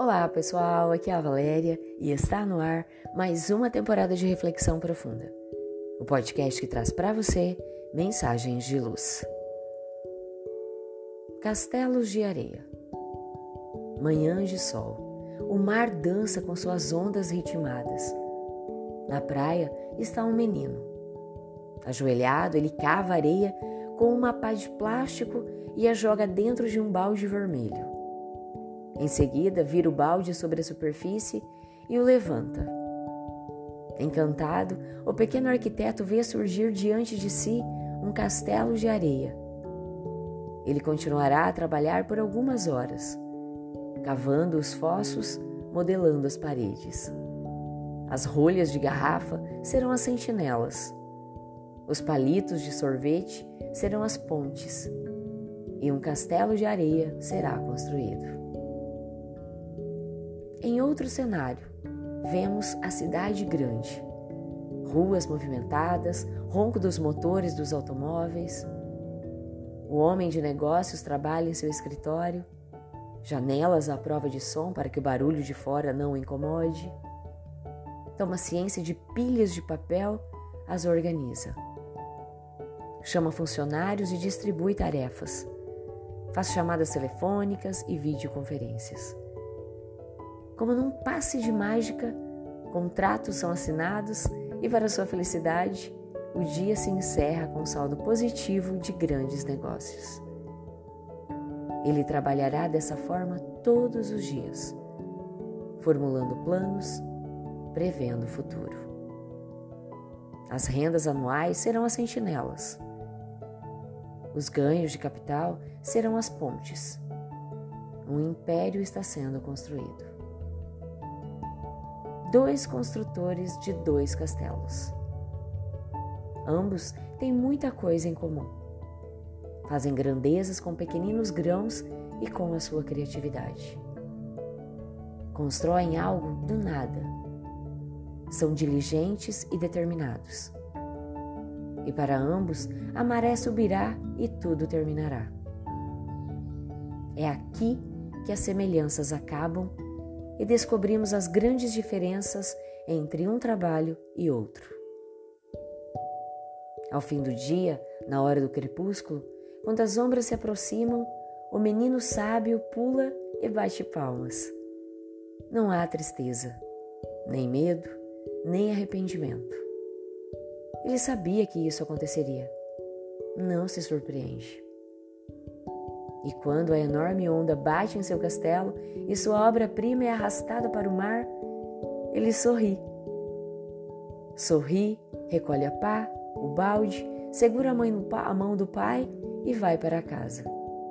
Olá pessoal, aqui é a Valéria e está no ar mais uma temporada de Reflexão Profunda, o podcast que traz para você mensagens de luz. Castelos de areia. Manhãs de sol, o mar dança com suas ondas ritmadas. Na praia está um menino. Ajoelhado, ele cava areia com uma pá de plástico e a joga dentro de um balde vermelho. Em seguida, vira o balde sobre a superfície e o levanta. Encantado, o pequeno arquiteto vê surgir diante de si um castelo de areia. Ele continuará a trabalhar por algumas horas, cavando os fossos, modelando as paredes. As rolhas de garrafa serão as sentinelas. Os palitos de sorvete serão as pontes. E um castelo de areia será construído. Em outro cenário, vemos a cidade grande. Ruas movimentadas, ronco dos motores dos automóveis. O homem de negócios trabalha em seu escritório, janelas à prova de som para que o barulho de fora não o incomode. Toma ciência de pilhas de papel, as organiza. Chama funcionários e distribui tarefas. Faz chamadas telefônicas e videoconferências. Como num passe de mágica, contratos são assinados e, para sua felicidade, o dia se encerra com um saldo positivo de grandes negócios. Ele trabalhará dessa forma todos os dias, formulando planos, prevendo o futuro. As rendas anuais serão as sentinelas. Os ganhos de capital serão as pontes. Um império está sendo construído. 2 construtores de 2 castelos. Ambos têm muita coisa em comum. Fazem grandezas com pequeninos grãos e com a sua criatividade. Constroem algo do nada. São diligentes e determinados. E para ambos, a maré subirá e tudo terminará. É aqui que as semelhanças acabam e descobrimos as grandes diferenças entre um trabalho e outro. Ao fim do dia, na hora do crepúsculo, quando as sombras se aproximam, o menino sábio pula e bate palmas. Não há tristeza, nem medo, nem arrependimento. Ele sabia que isso aconteceria. Não se surpreende. E quando a enorme onda bate em seu castelo e sua obra-prima é arrastada para o mar, ele sorri. Sorri, recolhe a pá, o balde, segura a mão do pai e vai para casa.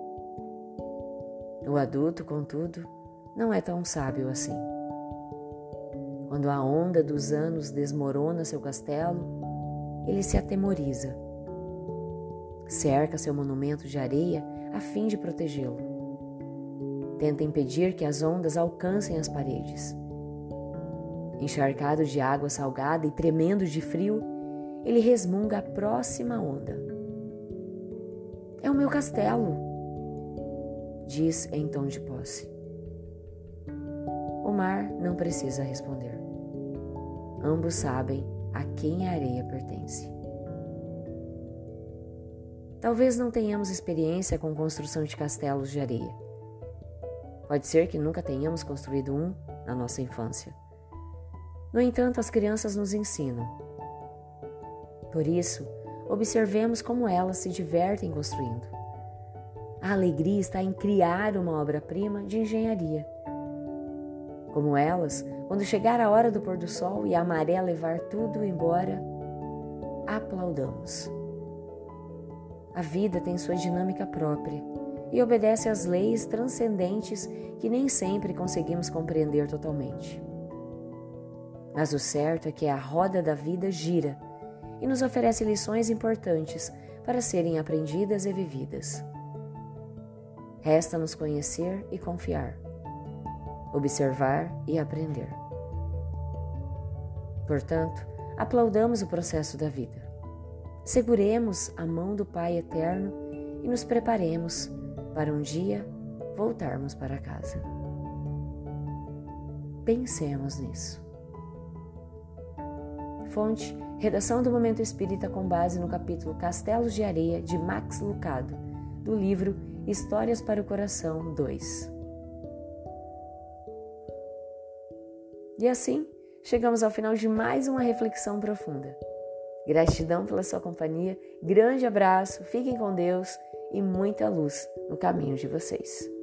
O adulto, contudo, não é tão sábio assim. Quando a onda dos anos desmorona seu castelo, ele se atemoriza. Cerca seu monumento de areia a fim de protegê-lo. Tenta impedir que as ondas alcancem as paredes. Encharcado de água salgada e tremendo de frio, ele resmunga a próxima onda. "É o meu castelo", diz em tom de posse. O mar não precisa responder. Ambos sabem a quem a areia pertence. Talvez não tenhamos experiência com construção de castelos de areia. Pode ser que nunca tenhamos construído um na nossa infância. No entanto, as crianças nos ensinam. Por isso, observemos como elas se divertem construindo. A alegria está em criar uma obra-prima de engenharia. Como elas, quando chegar a hora do pôr do sol e a maré levar tudo embora, aplaudamos. A vida tem sua dinâmica própria e obedece às leis transcendentes que nem sempre conseguimos compreender totalmente. Mas o certo é que a roda da vida gira e nos oferece lições importantes para serem aprendidas e vividas. Resta-nos conhecer e confiar, observar e aprender. Portanto, aplaudamos o processo da vida. Seguremos a mão do Pai Eterno e nos preparemos para um dia voltarmos para casa. Pensemos nisso. Fonte: Redação do Momento Espírita com base no capítulo Castelos de Areia, de Max Lucado, do livro Histórias para o Coração 2. E assim, chegamos ao final de mais uma reflexão profunda. Gratidão pela sua companhia, grande abraço, fiquem com Deus e muita luz no caminho de vocês.